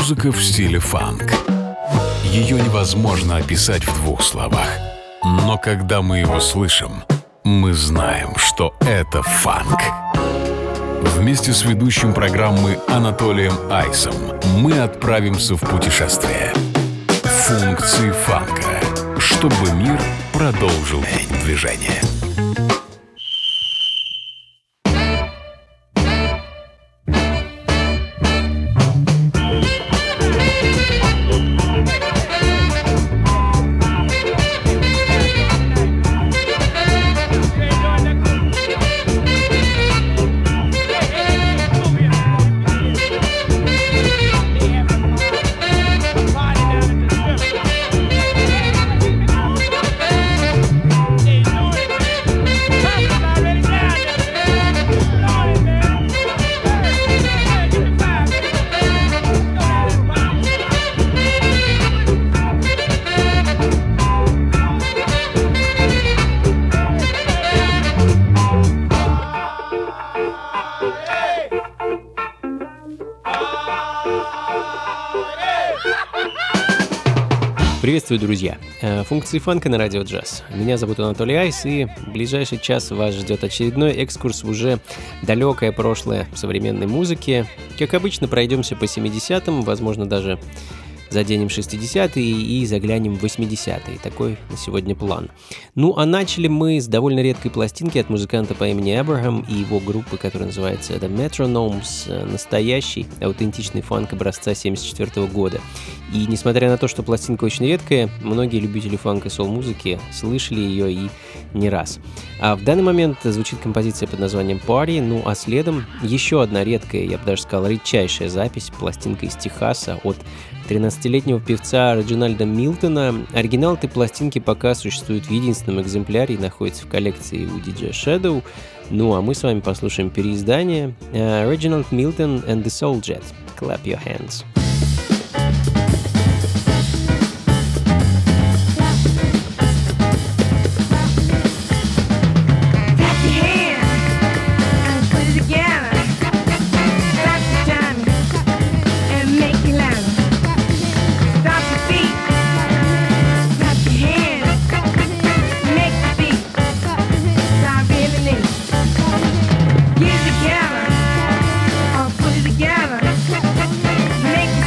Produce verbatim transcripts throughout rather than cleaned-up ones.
Музыка в стиле фанк. Ее невозможно описать в двух словах. Но когда мы его слышим, мы знаем, что это фанк. Вместе с ведущим программы Анатолием Айсом мы отправимся в путешествие. Функции фанка, чтобы мир продолжил движение. Приветствую, друзья! Функции фанка на радио джаз. Меня зовут Анатолий Айс, и в ближайший час вас ждет очередной экскурс в уже далекое прошлое современной музыки. Как обычно, пройдемся по семидесятым, возможно, даже заденем шестидесятые и заглянем в восьмидесятые. Такой на сегодня план. Ну, а начали мы с довольно редкой пластинки от музыканта по имени Абрахам и его группы, которая называется The Metronomes. Настоящий, аутентичный фанк образца семьдесят четвёртого года. И несмотря на то, что пластинка очень редкая, многие любители фанк и сол-музыки слышали ее и не раз. А в данный момент звучит композиция под названием Party, ну а следом еще одна редкая, я бы даже сказал, редчайшая запись, пластинка из Техаса от тринадцатилетнего певца Реджинальда Милтона. Оригинал этой пластинки пока существует в единственном экземпляре и находится в коллекции у ди джей Shadow. Ну а мы с вами послушаем переиздание Reginald Milton and the Soul Jet. Clap your hands. Together, make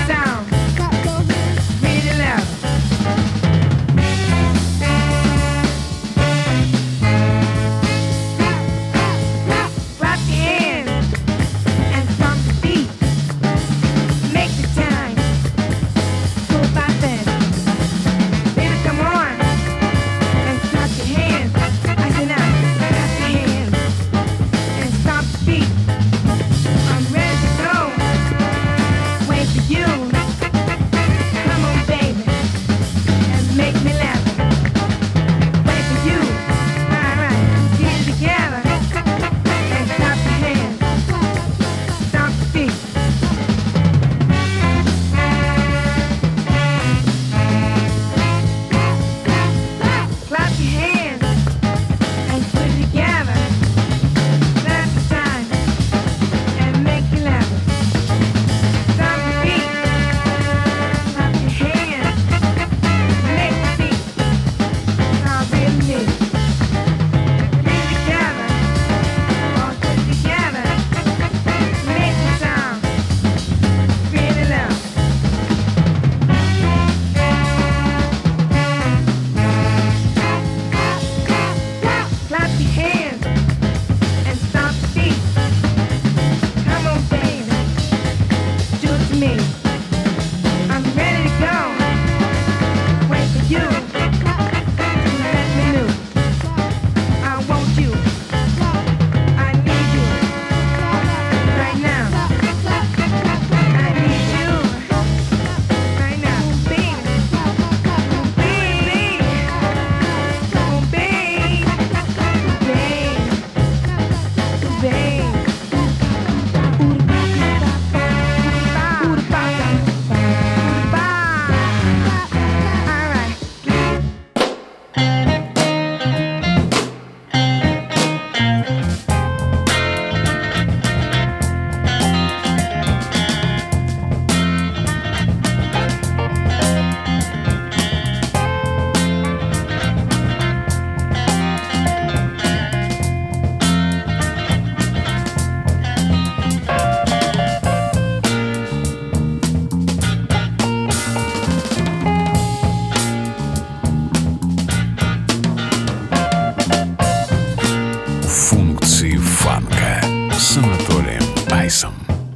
Айсом.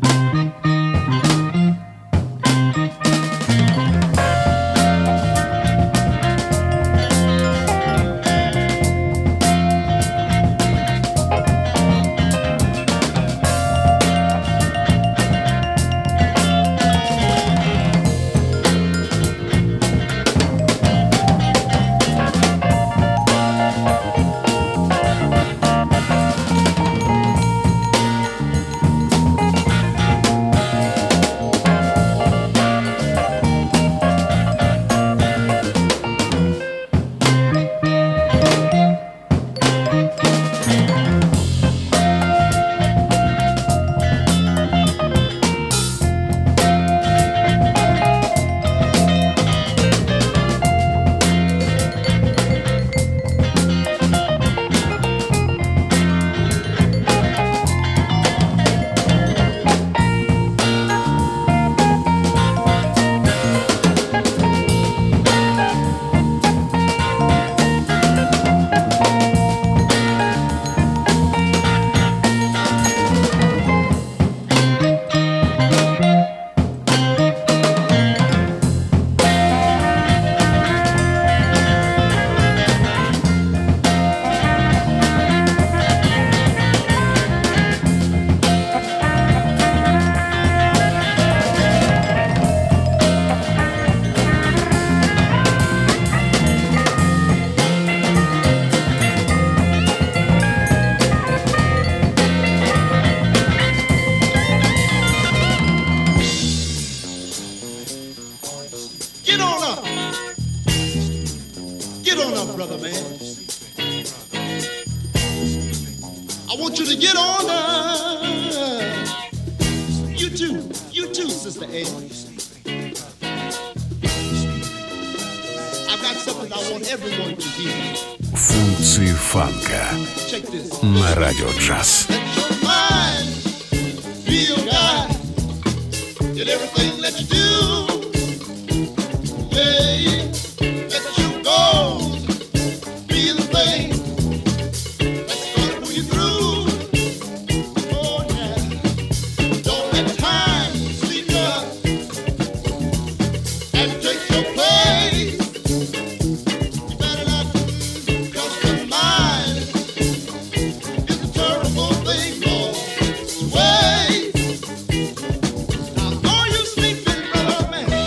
Функции фанка на радио джаз. Man.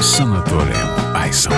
с Анатолием Айсом.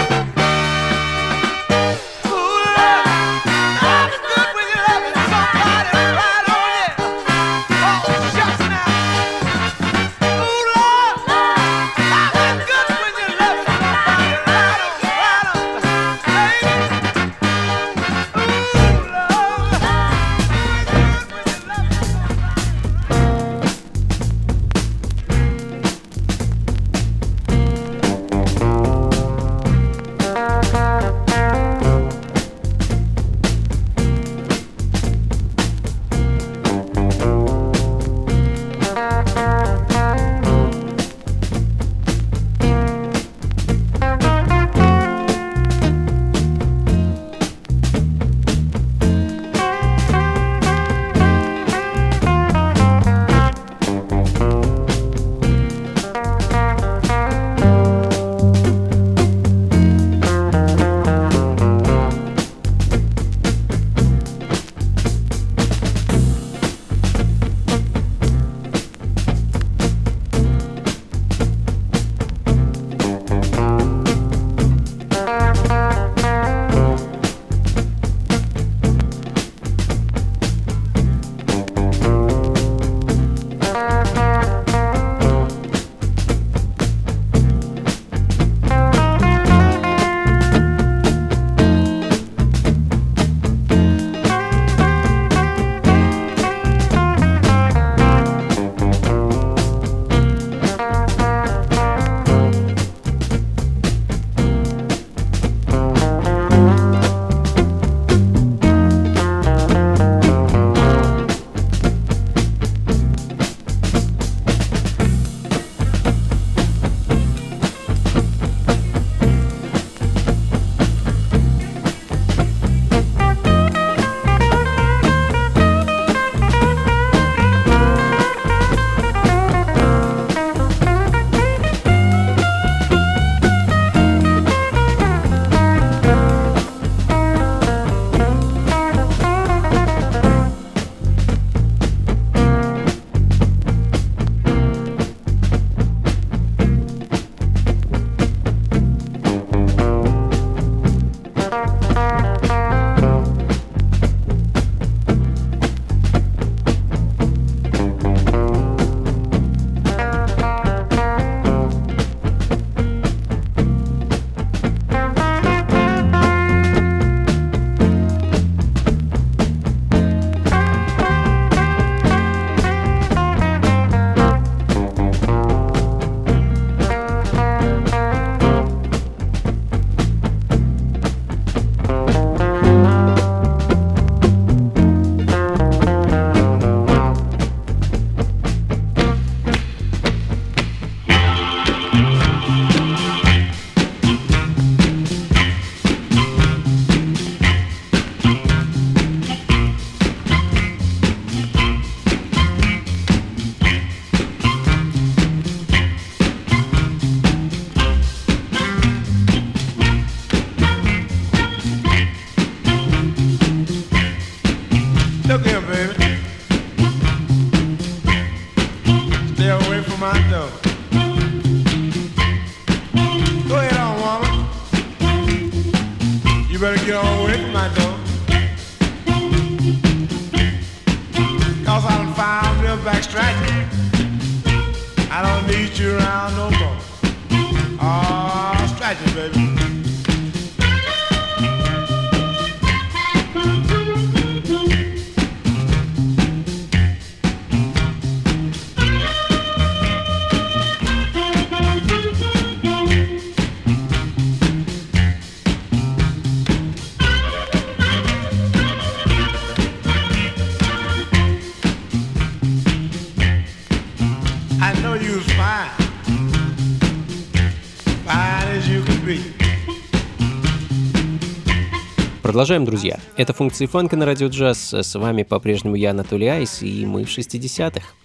Продолжаем, друзья. Это функции фанка на радио джаз. С вами по-прежнему я, Анатолий Айс, и мы в шестидесятых.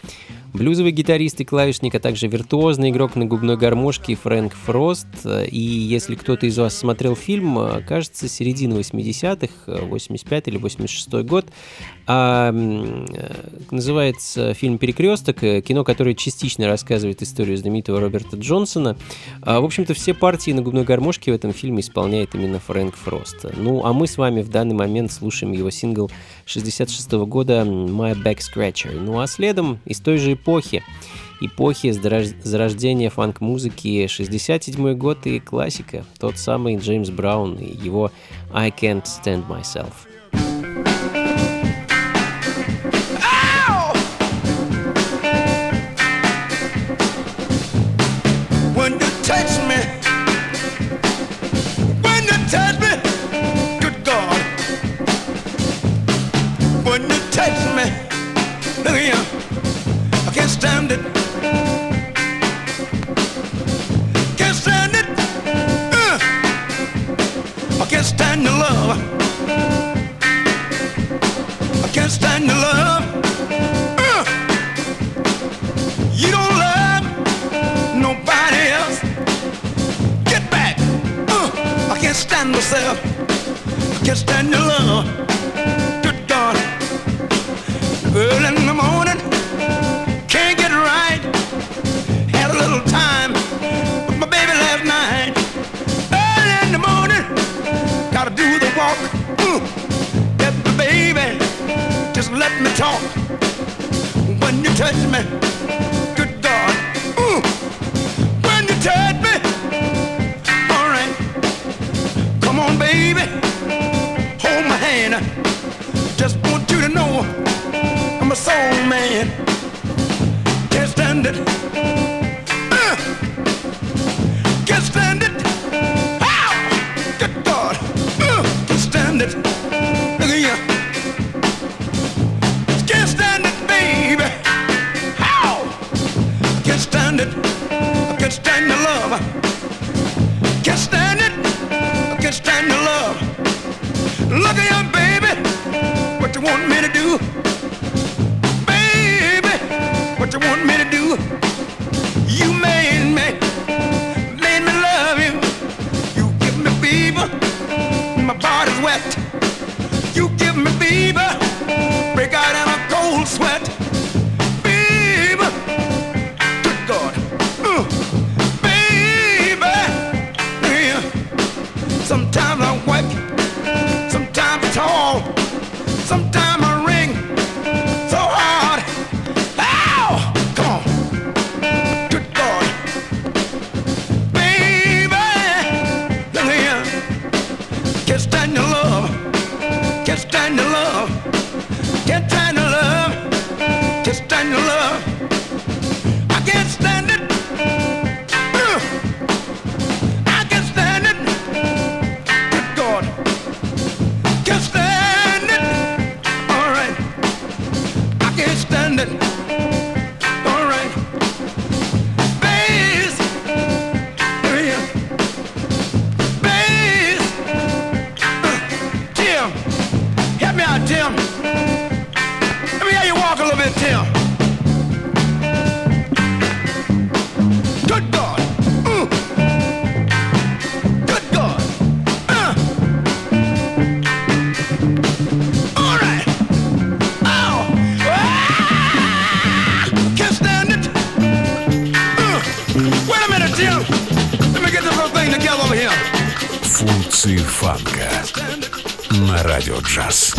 блюзовый гитарист и клавишник, а также виртуозный игрок на губной гармошке Фрэнк Фрост. И если кто-то из вас смотрел фильм, кажется, середина восьмидесятых, восемьдесят пятый или восемьдесят шестой год, а, называется фильм «Перекресток», кино, которое частично рассказывает историю знаменитого Роберта Джонсона. А, в общем-то, все партии на губной гармошке в этом фильме исполняет именно Фрэнк Фрост. Ну, а мы с вами в данный момент слушаем его сингл шестьдесят шестого года «My Back Scratcher». Ну, а следом из той же эпохи, эпохи зарождения фанк-музыки, шестьдесят седьмой год и классика, тот самый Джеймс Браун и его «I Can't Stand Myself». Функции фанка на радио джаз.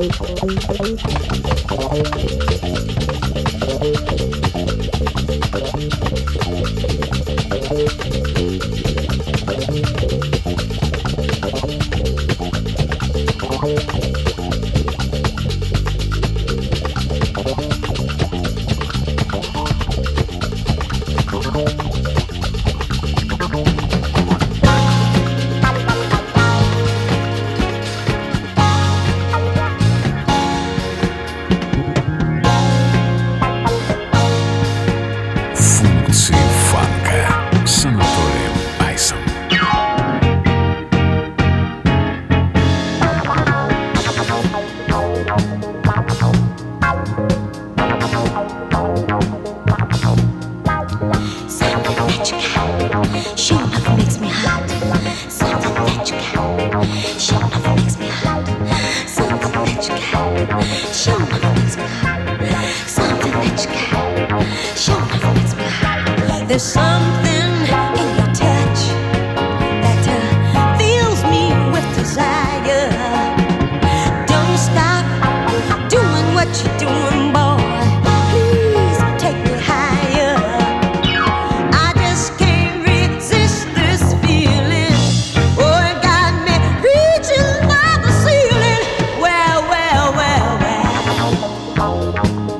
There's something in your touch that uh, fills me with desire. Don't stop doing what you're doing, boy. Please take me higher. I just can't resist this feeling. Oh, it got me reaching for the ceiling. Well, well, well, well.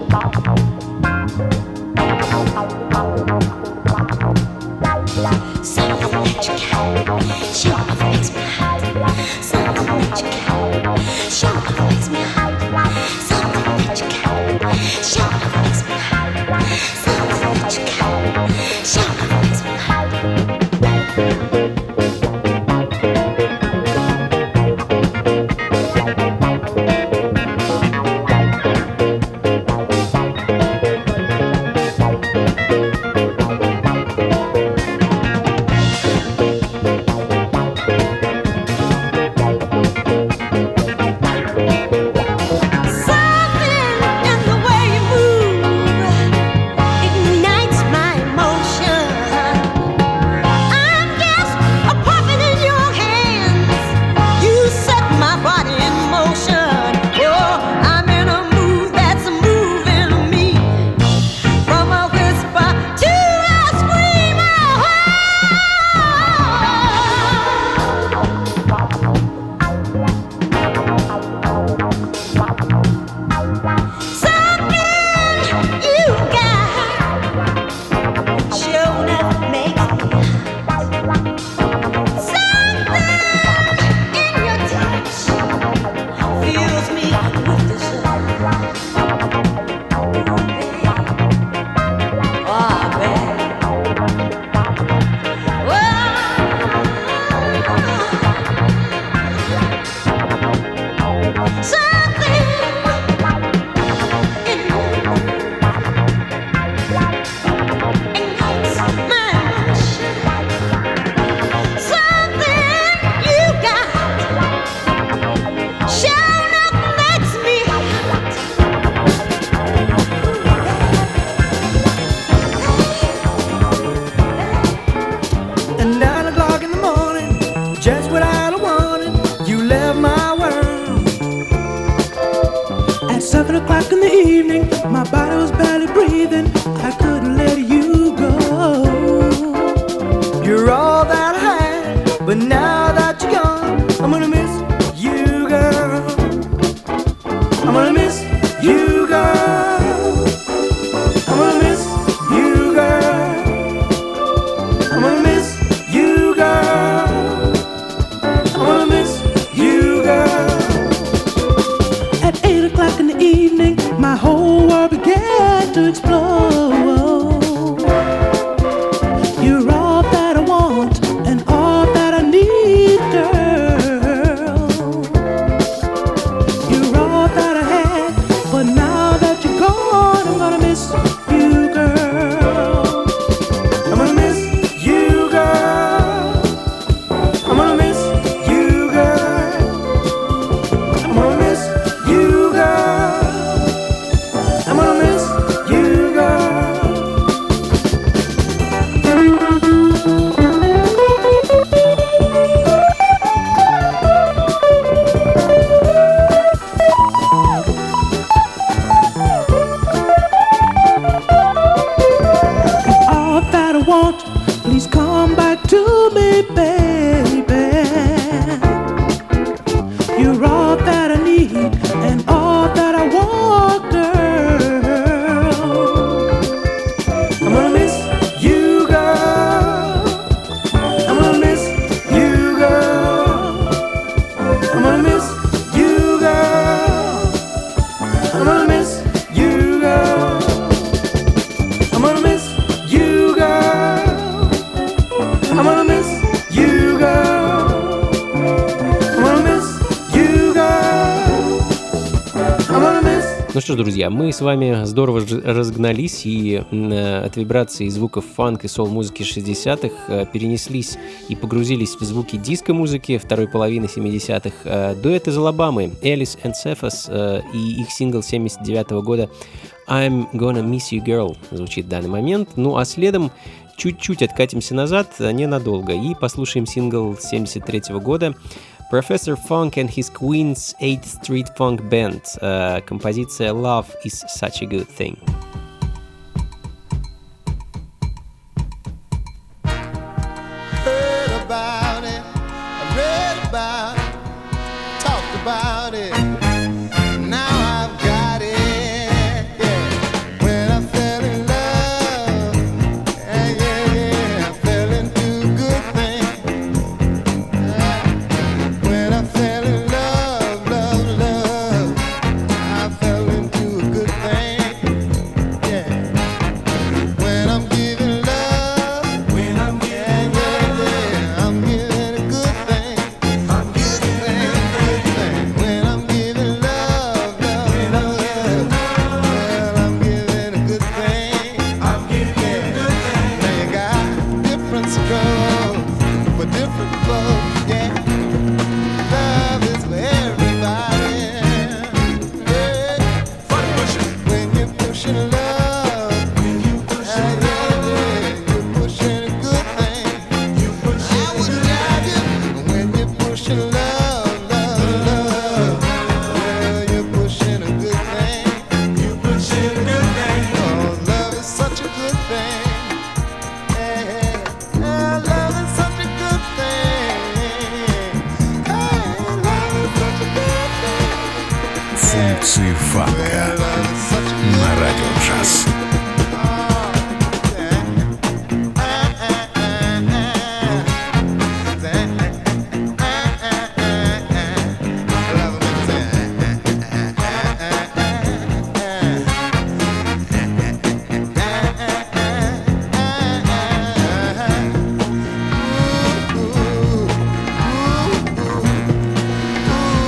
Something that you can show off makes me hot. Something that you can show off makes me hot. Something that you can show off makes me hot. Something that you can show off makes me hot. Seven o'clock in the evening, my body was barely breathing. I couldn't let you go. You're all that I had, but now that you're gone, I'm gonna miss you, girl. I'm gonna miss you, girl. I'm gonna miss you, girl. I'm gonna miss you, girl. I'm gonna miss you, girl. At eight o'clock in the evening, my whole world began to explode. You're all that I want and all that I need. Ну что ж, друзья, мы с вами здорово разгнались и э, от вибраций звуков фанк и сол-музыки шестидесятых э, перенеслись и погрузились в звуки диско-музыки второй половины семидесятых. Э, дуэт из Алабамы, Элис и Cephas э, и их сингл семьдесят девятого года «I'm Gonna Miss You Girl» звучит в данный момент. Ну а следом чуть-чуть откатимся назад, ненадолго, и послушаем сингл семьдесят третьего года Professor Funk and his Queen's eighth Street Funk Band. Uh, композиция Love is Such a Good Thing. Heard about it, I read about it, talked about it. Now I've got it. Yeah. When I fell in love, yeah, yeah, yeah, I fell into a good thing. When I fell in love, love, love, I fell into a good thing. Yeah. When I'm giving love, when I'm giving, yeah, yeah, yeah, I'm giving a good thing. I'm giving a good thing. When I'm giving love, love, love, well, I'm giving a good thing. I'm giving a good thing. Now you got different struggles for different folks, yeah. Love is for everybody. Yeah. When you're pushing love, when you pushing love, yeah, you're pushing a good thing. You pushing I would drive you when you're pushing love, love, love. Well, you're pushing a good thing. You pushing a good thing. Oh, love is such a good thing. Yeah, yeah, love is such a good thing. Hey, love is such a good thing. Функции фанка Love is such a good на радио джаз.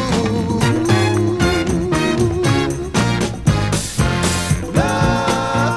Love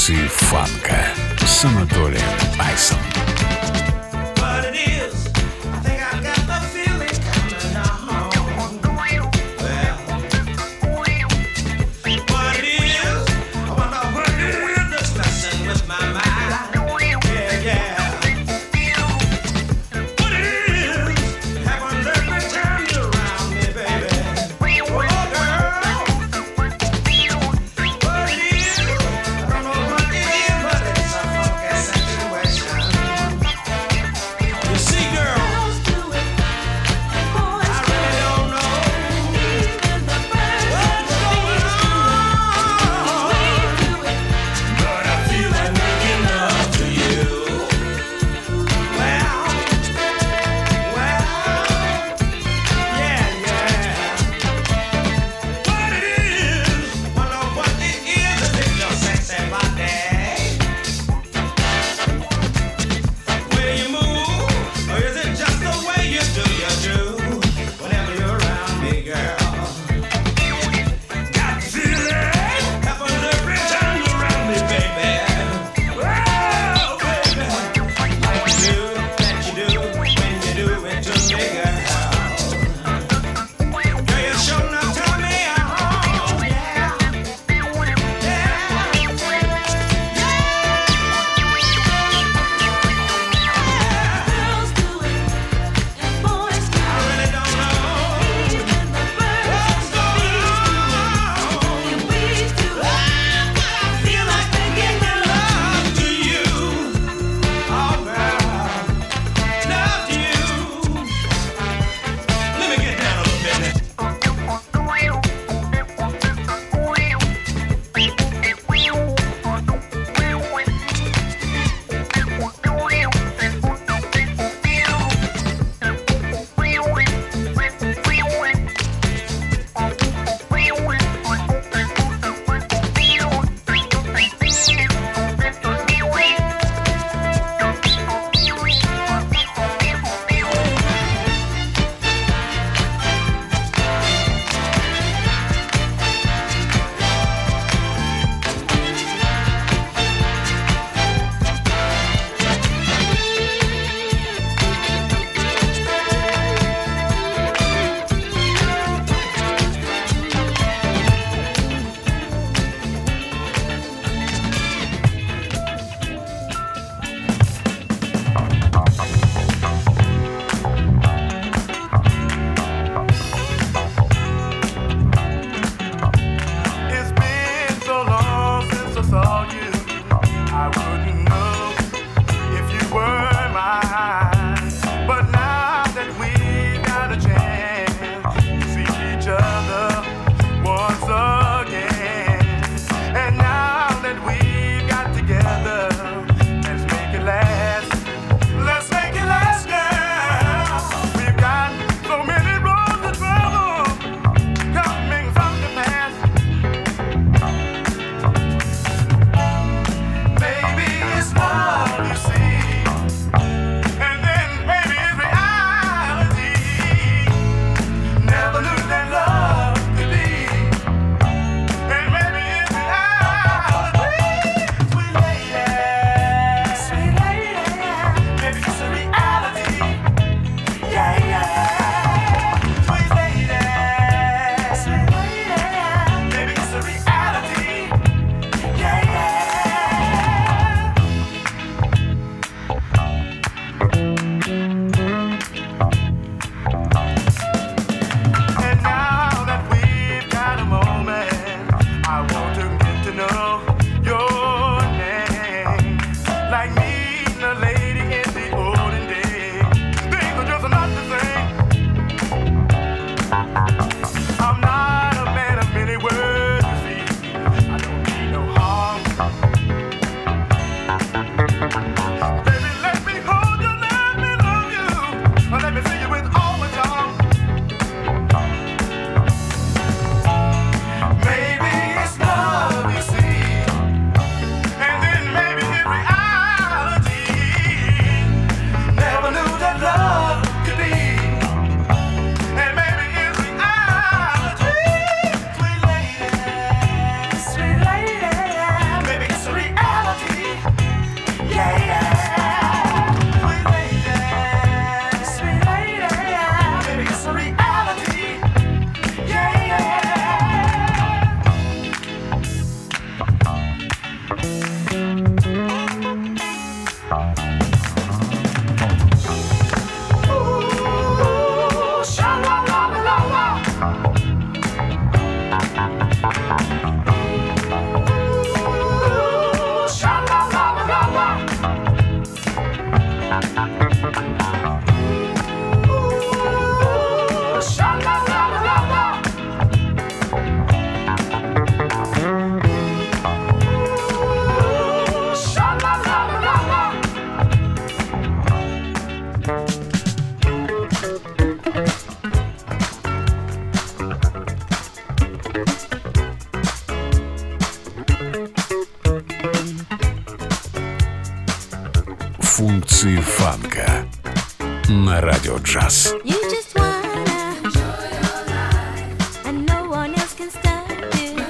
эволюции фанка с Анатолием Айсом. Situation. Композиции фанка на радио джаз. You just wanna enjoy your life, and no one else can stop you.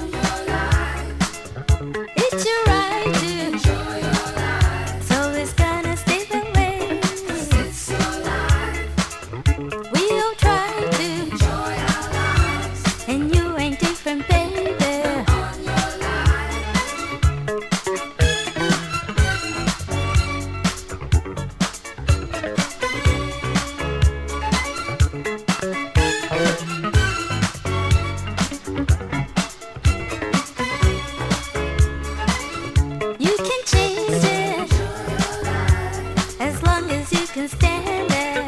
It's your right to enjoy your life, so it's gonna stay that way. It's your life. We all try to enjoy our lives, and you ain't different, baby. On your You can change it as long as you can stand it.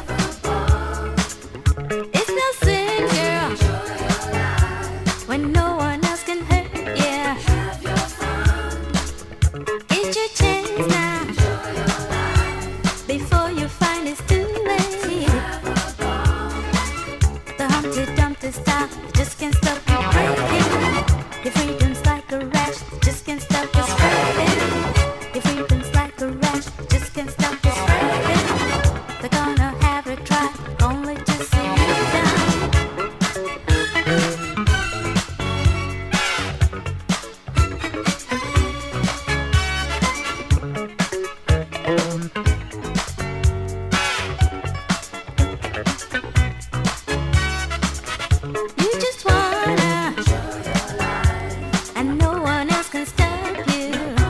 It's no sin, girl, when no one else can hurt you. It's your chance now, before you find it's too late. The Humpty Dumpty style just can't stop you breaking. Your freedom's like a rash, just can't stop you spreading. Your freedom's like a rash, just can't stop you spreading. They're gonna have a try, only to see you down. You just wanna enjoy your life, and no one else can stop you.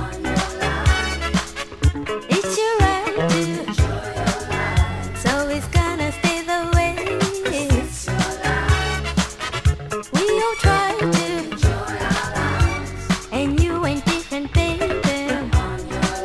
It's your right to enjoy your life, so it's gonna stay the way. It's your life. We all try to enjoy our lives, and you ain't different, baby. On your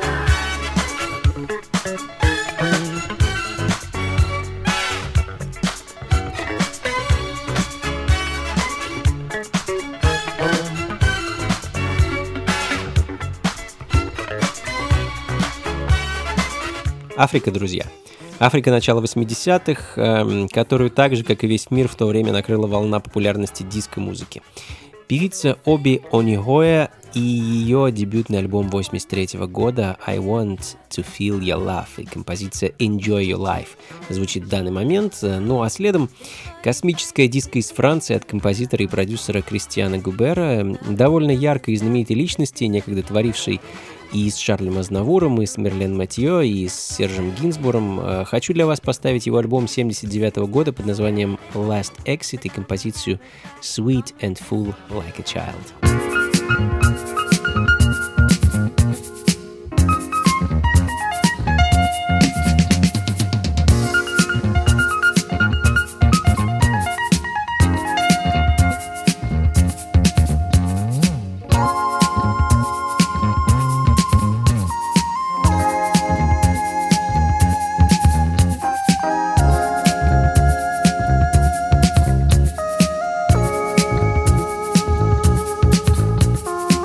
Африка, друзья. Африка начала восьмидесятых, эм, которую так же, как и весь мир, в то время накрыла волна популярности диско-музыки. Певица Оби Онигоя и ее дебютный альбом восемьдесят третьего года «I Want to Feel Your Love» и композиция «Enjoy Your Life» звучит в данный момент. Ну а следом космическая диско из Франции от композитора и продюсера Кристиана Губера, довольно яркой и знаменитой личности, некогда творившей и с Шарлем Азнавуром, и с Мерлен Матье, и с Сержем Гинзбуром. Хочу для вас поставить его альбом семьдесят девятого года под названием «Last Exit» и композицию «Sweet and Full Like a Child». life.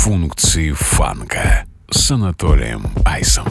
Функции фанка с Анатолием Айсом.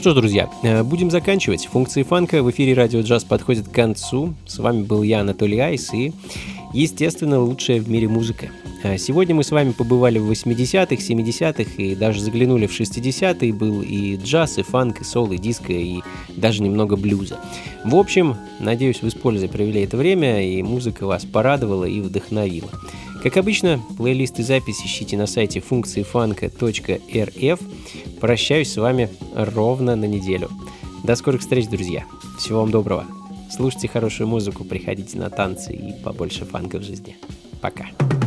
что ж, друзья, будем заканчивать. Функции фанка в эфире Радио Джаз подходят к концу. С вами был я, Анатолий Айс, и, естественно, лучшая в мире музыка. Сегодня мы с вами побывали в восьмидесятых, семидесятых и даже заглянули в шестидесятые. Был и джаз, и фанк, и сол, и диско, и даже немного блюза. В общем, надеюсь, вы с пользой провели это время, и музыка вас порадовала и вдохновила. Как обычно, плейлист и запись ищите на сайте функции фанка точка эр эф. Прощаюсь с вами ровно на неделю. До скорых встреч, друзья. Всего вам доброго. Слушайте хорошую музыку, приходите на танцы и побольше фанка в жизни. Пока.